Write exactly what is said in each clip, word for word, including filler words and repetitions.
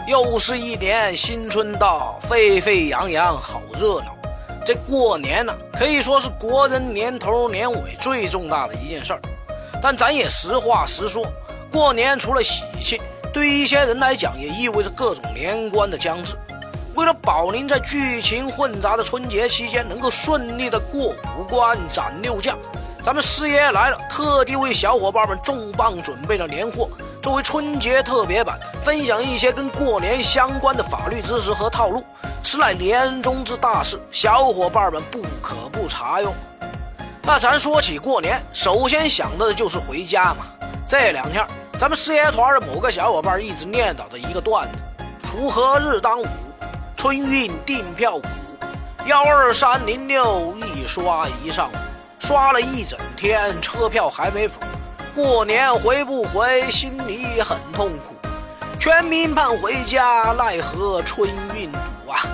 又是一年新春到，沸沸扬扬好热闹。这过年呢，可以说是国人年头年尾最重大的一件事儿。但咱也实话实说，过年除了喜气，对于一些人来讲也意味着各种年关的将至。为了保您在剧情混杂的春节期间能够顺利的过五关斩六将，咱们师爷来了特地为小伙伴们重磅准备了年货，作为春节特别版，分享一些跟过年相关的法律知识和套路，实乃年中之大事，小伙伴们不可不察用。那咱说起过年，首先想到的就是回家嘛。这两天咱们师爷团的某个小伙伴一直念叨的一个段子：锄禾日当午，春运订票股，幺二三零六一刷一上午，刷了一整天，车票还没谱。过年回不回，心里很痛苦。全民盼回家，奈何春运堵啊！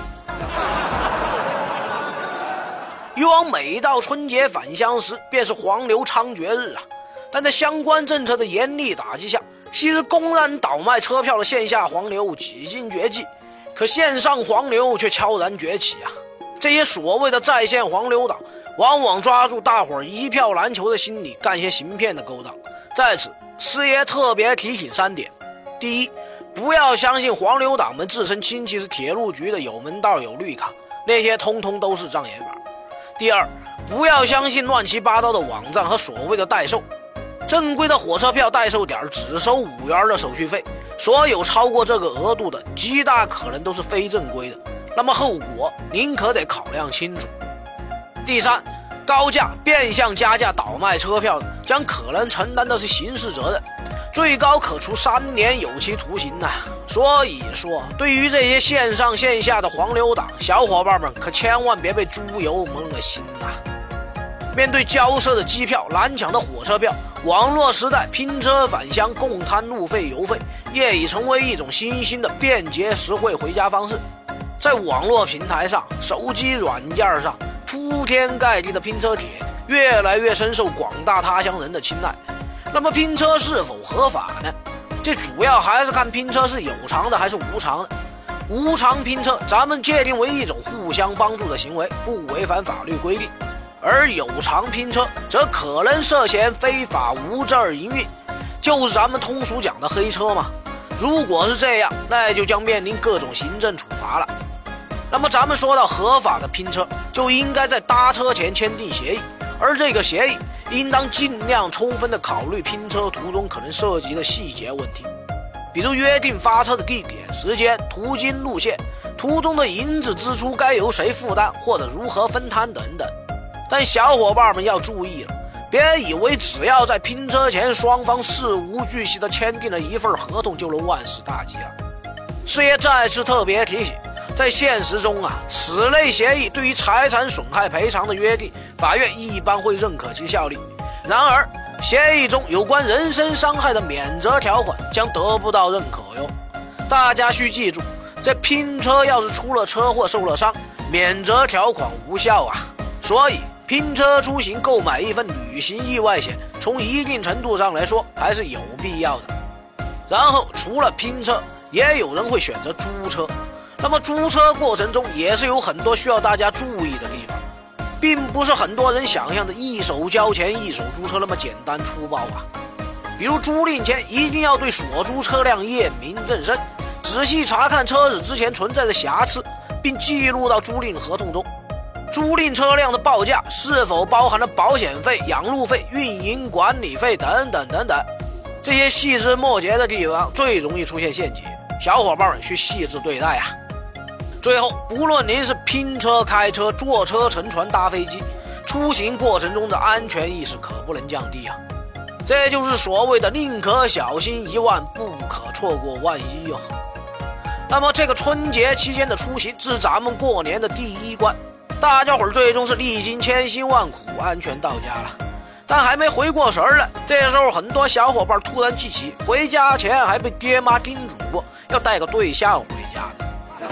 以往每到春节返乡时，便是黄牛猖獗日啊。但在相关政策的严厉打击下，昔日公然倒卖车票的线下黄牛几经绝迹，可线上黄牛却悄然崛起啊！这些所谓的在线黄牛党，往往抓住大伙儿一票难求的心理，干些行骗的勾当。在此，师爷特别提醒三点：第一，不要相信黄牛党们自称亲戚是铁路局的有门道有绿卡，那些通通都是障眼法。第二，不要相信乱七八糟的网站和所谓的代售，正规的火车票代售点只收五元的手续费，所有超过这个额度的极大可能都是非正规的，那么后果您可得考量清楚。第三，高价变相加价倒卖车票的，将可能承担的是刑事责任，最高可处三年有期徒刑呐、啊。所以说，对于这些线上线下的黄牛党，小伙伴们可千万别被猪油蒙了心呐、啊。面对交涉的机票、难抢的火车票，网络时代拼车返乡共摊路费油费也已成为一种新兴的便捷实惠回家方式。在网络平台上、手机软件上铺天盖地的拼车帖越来越深受广大他乡人的青睐。那么拼车是否合法呢？这主要还是看拼车是有偿的还是无偿的。无偿拼车咱们界定为一种互相帮助的行为，不违反法律规定，而有偿拼车则可能涉嫌非法无证营运，就是咱们通俗讲的黑车嘛。如果是这样，那就将面临各种行政处罚了。那么咱们说到合法的拼车，就应该在搭车前签订协议，而这个协议应当尽量充分地考虑拼车途中可能涉及的细节问题，比如约定发车的地点、时间、途经路线、途中的银子支出该由谁负担或者如何分摊等等。但小伙伴们要注意了，别以为只要在拼车前双方事无巨细地签订了一份合同就能万事大吉了。师爷再次特别提醒，在现实中啊，此类协议对于财产损害赔偿的约定，法院一般会认可其效力。然而，协议中有关人身伤害的免责条款将得不到认可哟。大家需记住，这拼车要是出了车祸受了伤，免责条款无效啊。所以，拼车出行购买一份旅行意外险，从一定程度上来说还是有必要的。然后，除了拼车，也有人会选择租车。那么租车过程中也是有很多需要大家注意的地方，并不是很多人想象的一手交钱一手租车那么简单粗暴啊。比如租赁前一定要对所租车辆验明正身，仔细查看车子之前存在的瑕疵，并记录到租赁合同中。租赁车辆的报价是否包含了保险费、养路费、运营管理费等等等等，这些细枝末节的地方最容易出现陷阱，小伙伴们需细致对待啊。最后，不论您是拼车、开车、坐车、乘船、搭飞机，出行过程中的安全意识可不能降低啊！这就是所谓的宁可小心一万，不可错过万一哟。那么这个春节期间的出行是咱们过年的第一关，大家伙儿最终是历经千辛万苦，安全到家了。但还没回过神儿来，这时候很多小伙伴突然记起，回家前还被爹妈叮嘱过要带个对象回家的。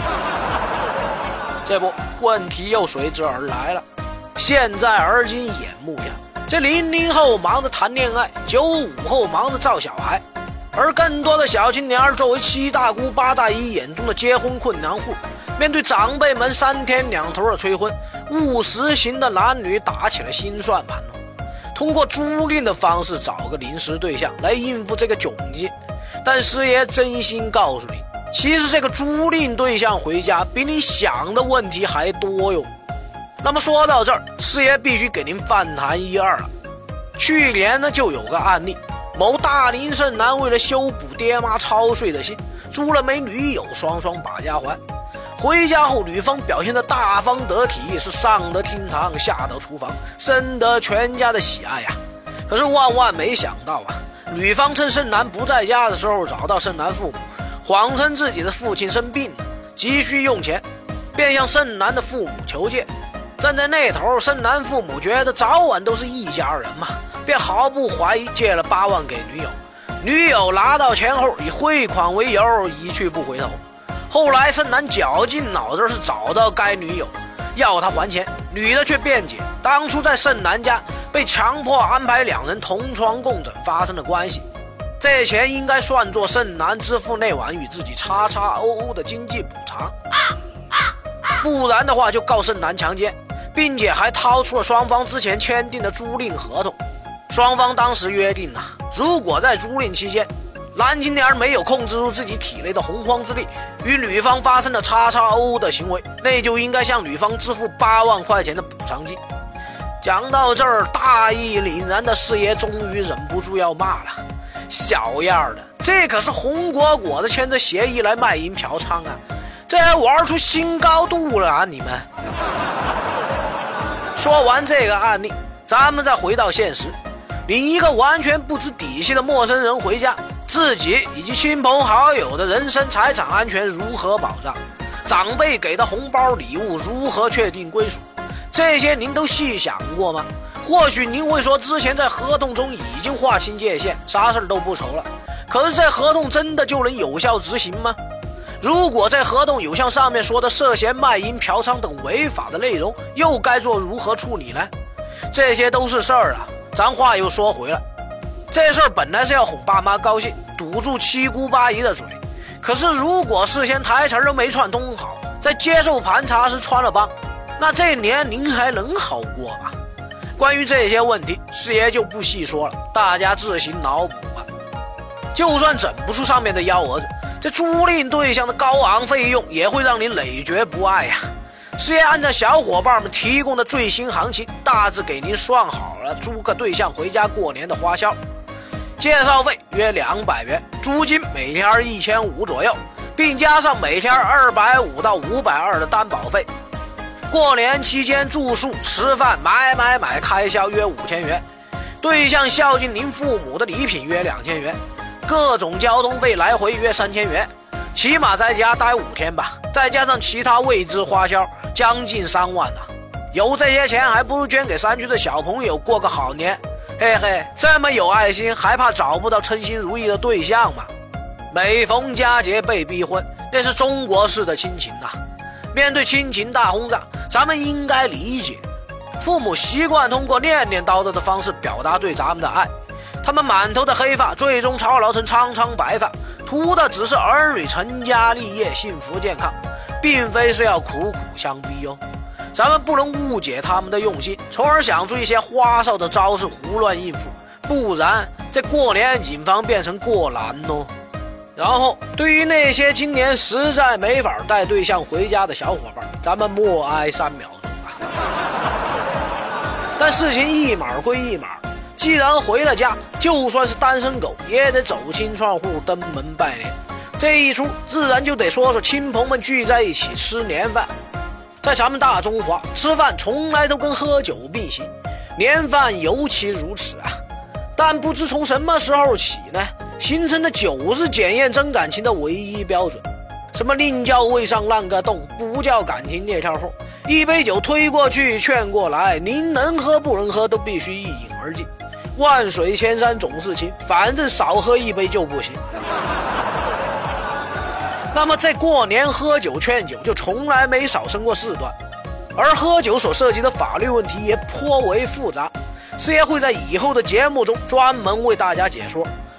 这不，问题又随之而来了。现在而今眼目下，这零零后忙着谈恋爱，九五后忙着造小孩， 而更多的小青年儿作为七大姑八大姨眼中的结婚困难户，面对长辈们三天两头的催婚，务实型的男女打起了心算盘，通过租赁的方式找个临时对象来应付这个窘境。但师爷真心告诉你，其实这个租赁对象回家比你想的问题还多哟。那么说到这儿，师爷必须给您饭谈一二了。去年呢就有个案例，某大龄剩男为了修补爹妈操碎的心，租了枚女友，双双把家还。回家后，女方表现得大方得体，是上得厅堂下到厨房，深得全家的喜爱呀。可是万万没想到啊，女方趁剩男不在家的时候找到剩男父母，谎称自己的父亲生病了，急需用钱，便向剩男的父母求借。站在那头，剩男父母觉得早晚都是一家人嘛，便毫不怀疑借了八万给女友。女友拿到钱后，以汇款为由一去不回头。后来剩男绞尽脑汁是找到该女友，要她还钱，女的却辩解当初在剩男家被强迫安排两人同床共枕发生的关系，这钱应该算作剩男支付那晚与自己叉叉欧欧的经济补偿，不然的话就告剩男强奸，并且还掏出了双方之前签订的租赁合同。双方当时约定啊，如果在租赁期间男青年没有控制住自己体内的洪荒之力，与女方发生了叉叉欧的行为，那就应该向女方支付八万块钱的补偿金。讲到这儿，大义凛然的师爷终于忍不住要骂了，小样的，这可是红果果的签着协议来卖淫嫖娼啊，这还玩出新高度了啊你们。说完这个案例，咱们再回到现实，领一个完全不知底细的陌生人回家，自己以及亲朋好友的人身财产安全如何保障？长辈给的红包礼物如何确定归属？这些您都细想过吗？或许您会说，之前在合同中已经划清界限，啥事都不愁了。可是这合同真的就能有效执行吗？如果在合同有像上面说的涉嫌卖淫嫖娼等违法的内容，又该做如何处理呢？这些都是事儿啊。咱话又说回来，这事儿本来是要哄爸妈高兴，堵住七姑八姨的嘴，可是如果事先台词都没串通好，在接受盘查时穿了帮，那这年您还能好过吗？关于这些问题，师爷就不细说了，大家自行脑补吧。就算整不出上面的幺蛾子，这租赁对象的高昂费用也会让你累觉不爱呀。师爷按照小伙伴们提供的最新行情，大致给您算好了租个对象回家过年的花销。介绍费约两百元，租金每天一千五左右，并加上每天二百五到五百二的担保费。过年期间住宿、吃饭、买买买开销约五千元，对象孝敬您父母的礼品约两千元，各种交通费来回约三千元，起码在家待五天吧，再加上其他未知花销，将近三万啊！有这些钱，还不如捐给山区的小朋友过个好年。嘿嘿，这么有爱心，还怕找不到称心如意的对象吗？每逢佳节被逼婚，那是中国式的亲情啊！面对亲情大轰炸，咱们应该理解，父母习惯通过念念叨叨的方式表达对咱们的爱，他们满头的黑发最终操劳成苍苍白发，图的只是儿女成家立业、幸福健康，并非是要苦苦相逼哟。咱们不能误解他们的用心，从而想出一些花哨的招式胡乱应付，不然这过年谨防变成过难哦。然后对于那些今年实在没法带对象回家的小伙伴，咱们默哀三秒钟啊。但事情一码归一码，既然回了家，就算是单身狗也得走亲串户登门拜年。这一出自然就得说说亲朋们聚在一起吃年饭。在咱们大中华，吃饭从来都跟喝酒并行，年饭尤其如此啊。但不知从什么时候起呢，形成了酒是检验真感情的唯一标准。什么宁叫胃上烂个洞，不叫感情裂条缝，一杯酒推过去劝过来，您能喝不能喝都必须一饮而尽。万水千山总是情，反正少喝一杯就不行。那么在过年喝酒劝酒就从来没少生过事端，而喝酒所涉及的法律问题也颇为复杂，师爷会在以后的节目中专门为大家解说。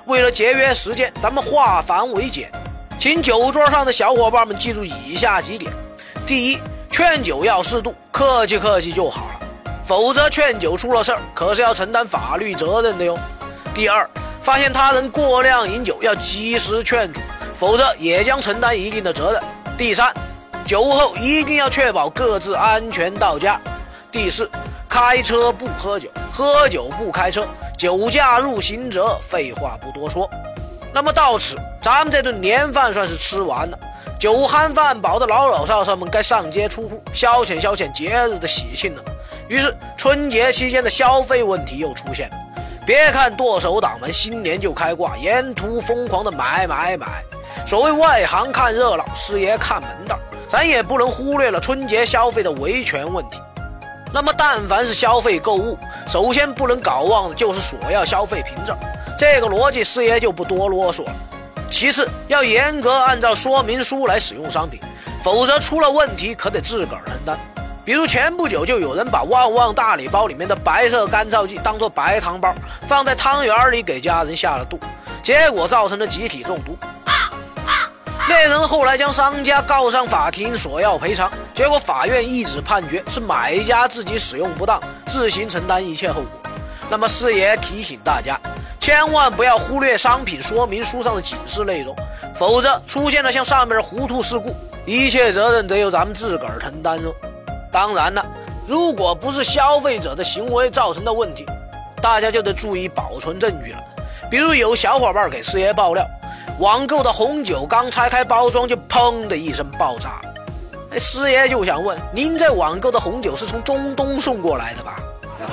为了节约时间，咱们化繁为简，请酒桌上的小伙伴们记住以下几点：第一，劝酒要适度，客气客气就好了，否则劝酒出了事儿，可是要承担法律责任的哟。第二，发现他人过量饮酒要及时劝阻，否则也将承担一定的责任。第三，酒后一定要确保各自安全到家。第四，开车不喝酒，喝酒不开车，酒驾入刑责，废话不多说。那么到此，咱们这顿年饭算是吃完了，酒酣饭饱的老老少少们该上街出户，消遣消遣节日的喜庆了。于是春节期间的消费问题又出现了。别看剁手党们新年就开挂，沿途疯狂的买买买。所谓外行看热闹，师爷看门道，咱也不能忽略了春节消费的维权问题。那么但凡是消费购物，首先不能搞忘的就是索要消费凭证，这个逻辑师爷就不多啰嗦了。其次，要严格按照说明书来使用商品，否则出了问题可得自个儿承担。比如前不久就有人把旺旺大礼包里面的白色干燥剂当作白糖包，放在汤圆里给家人下了肚，结果造成了集体中毒。那人后来将商家告上法庭索要赔偿，结果法院一纸判决是买家自己使用不当，自行承担一切后果。那么师爷提醒大家，千万不要忽略商品说明书上的警示内容，否则出现了像上面的糊涂事故，一切责任得由咱们自个儿承担哦。当然了，如果不是消费者的行为造成的问题，大家就得注意保存证据了。比如有小伙伴给师爷爆料，网购的红酒刚拆开包装就砰的一声爆炸了。哎，师爷就想问，您在网购的红酒是从中东送过来的吧？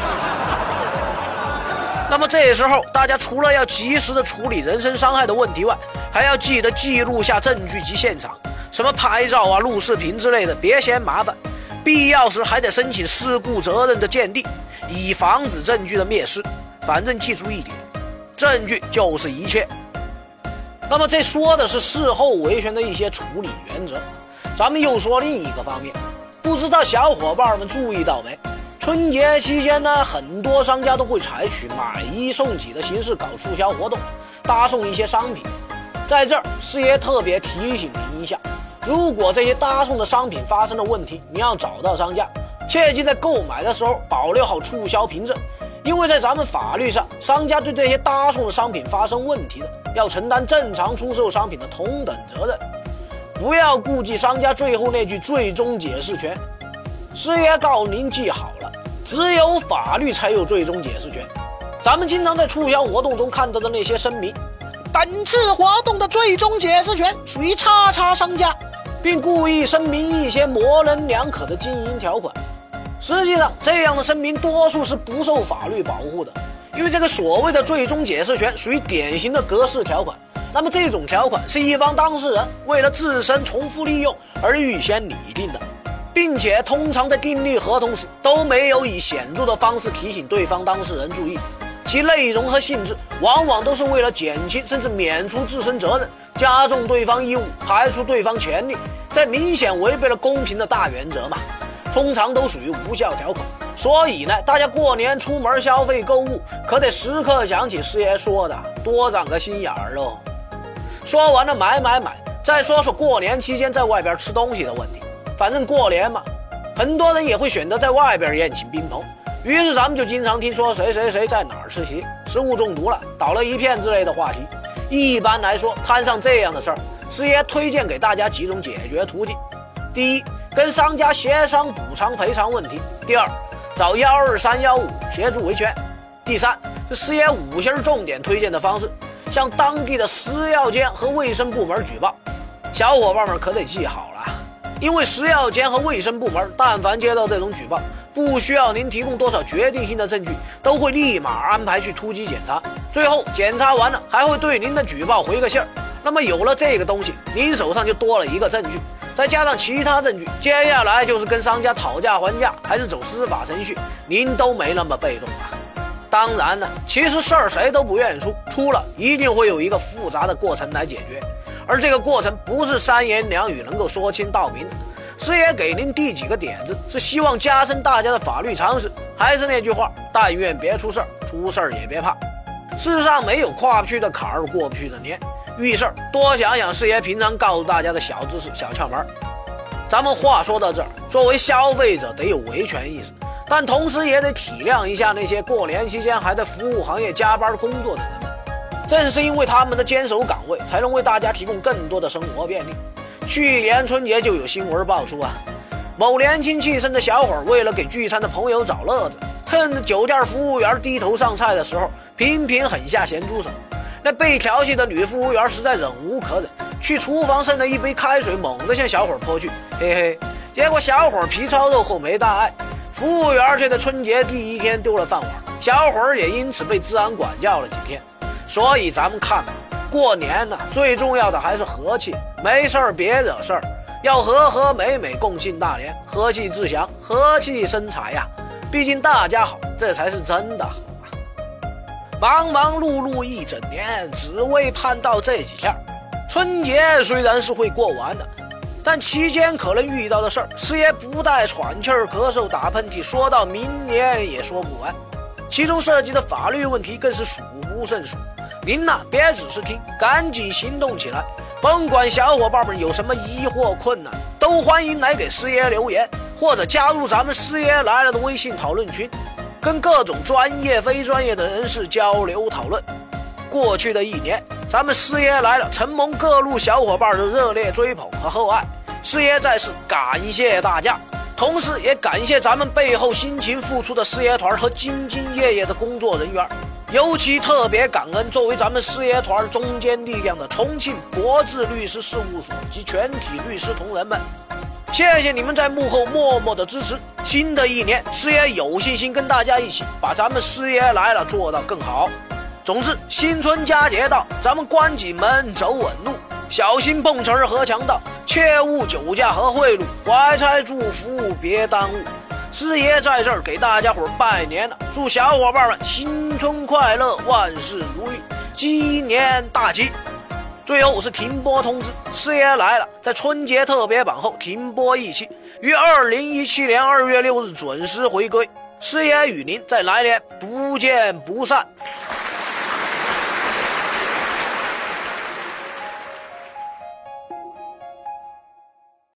那么这时候大家除了要及时的处理人身伤害的问题外，还要记得记录下证据及现场，什么拍照啊、录视频之类的，别嫌麻烦。必要时还得申请事故责任的鉴定，以防止证据的灭失。反正记住一点，证据就是一切。那么这说的是事后维权的一些处理原则，咱们又说另一个方面，不知道小伙伴们注意到没，春节期间呢，很多商家都会采取买一送几的形式搞促销活动，搭送一些商品。在这儿师爷特别提醒您一下，如果这些搭送的商品发生了问题，你要找到商家，切记在购买的时候保留好促销凭证，因为在咱们法律上，商家对这些搭送的商品发生问题的，要承担正常出售商品的同等责任。不要顾忌商家最后那句最终解释权，师爷告诉您记好了，只有法律才有最终解释权。咱们经常在促销活动中看到的那些声明，本次活动的最终解释权属于叉叉商家，并故意声明一些模棱两可的经营条款。实际上这样的声明多数是不受法律保护的，因为这个所谓的最终解释权属于典型的格式条款。那么这种条款是一方当事人为了自身重复利用而预先拟定的，并且通常在订立合同时都没有以显著的方式提醒对方当事人注意，其内容和性质往往都是为了减轻甚至免除自身责任，加重对方义务，排除对方权利，在明显违背了公平的大原则嘛，通常都属于无效条款。所以呢，大家过年出门消费购物，可得时刻想起师爷说的，多长个心眼儿哦。说完了买买买，再说说过年期间在外边吃东西的问题。反正过年嘛，很多人也会选择在外边宴请宾朋，于是咱们就经常听说谁谁谁在哪儿吃席，食物中毒了，倒了一片之类的话题。一般来说，摊上这样的事儿，师爷推荐给大家几种解决途径：第一，跟商家协商补偿赔偿问题；第二，找一二三一五协助维权；第三，是师爷五星重点推荐的方式，向当地的食药监和卫生部门举报。小伙伴们可得记好了，因为食药监和卫生部门但凡接到这种举报，不需要您提供多少决定性的证据，都会立马安排去突击检查，最后检查完了还会对您的举报回个信儿。那么有了这个东西，您手上就多了一个证据，再加上其他证据，接下来就是跟商家讨价还价还是走司法程序，您都没那么被动了。当然了，其实事儿谁都不愿意出，出了一定会有一个复杂的过程来解决，而这个过程不是三言两语能够说清道明的。师爷给您第几个点子，是希望加深大家的法律常识。还是那句话，但愿别出事儿，出事儿也别怕。 世上没有跨不去的坎儿，过不去的年。遇事儿多想想师爷平常告诉大家的小知识、小窍门。咱们话说到这儿，作为消费者得有维权意识，但同时也得体谅一下那些过年期间还在服务行业加班工作的人们。正是因为他们的坚守岗位，才能为大家提供更多的生活便利。去年春节就有新闻爆出啊，某年轻气盛的小伙为了给聚餐的朋友找乐子，趁着酒店服务员低头上菜的时候，频频狠下咸猪手。那被调戏的女服务员实在忍无可忍，去厨房剩了一杯开水，猛地向小伙泼去，嘿嘿。结果小伙皮糙肉厚没大碍，服务员却在春节第一天丢了饭碗，小伙也因此被治安管教了几天。所以咱们看吧，过年呢，最重要的还是和气，没事儿别惹事儿，要和和美美共庆大年，和气致祥，和气生财呀。毕竟大家好，这才是真的好。忙忙碌碌一整年，只为盼到这几天。春节虽然是会过完的，但期间可能遇到的事儿，师爷不带喘气儿、咳嗽、打喷嚏，说到明年也说不完。其中涉及的法律问题更是数不胜数。您呐，别只是听，赶紧行动起来！甭管小伙伴们有什么疑惑困难，都欢迎来给师爷留言，或者加入咱们师爷来了的微信讨论群。跟各种专业非专业的人士交流讨论。过去的一年，咱们师爷来了承蒙各路小伙伴的热烈追捧和厚爱，师爷在此感谢大家，同时也感谢咱们背后辛勤付出的师爷团和兢兢业业的工作人员，尤其特别感恩作为咱们师爷团中坚力量的重庆博智律师事务所及全体律师同仁们。谢谢你们在幕后默默的支持。新的一年，师爷有信心跟大家一起把咱们师爷来了做到更好。总之，新春佳节到，咱们关紧门，走稳路，小心碰瓷和强盗，切勿酒驾和贿赂，怀揣祝福别耽误。师爷在这儿给大家伙拜年了，祝小伙伴们新春快乐，万事如意，鸡年大吉。最后是停播通知，师爷来了在春节特别版后停播一期，于二零一七年二月六日准时回归。师爷与您在来年不见不散。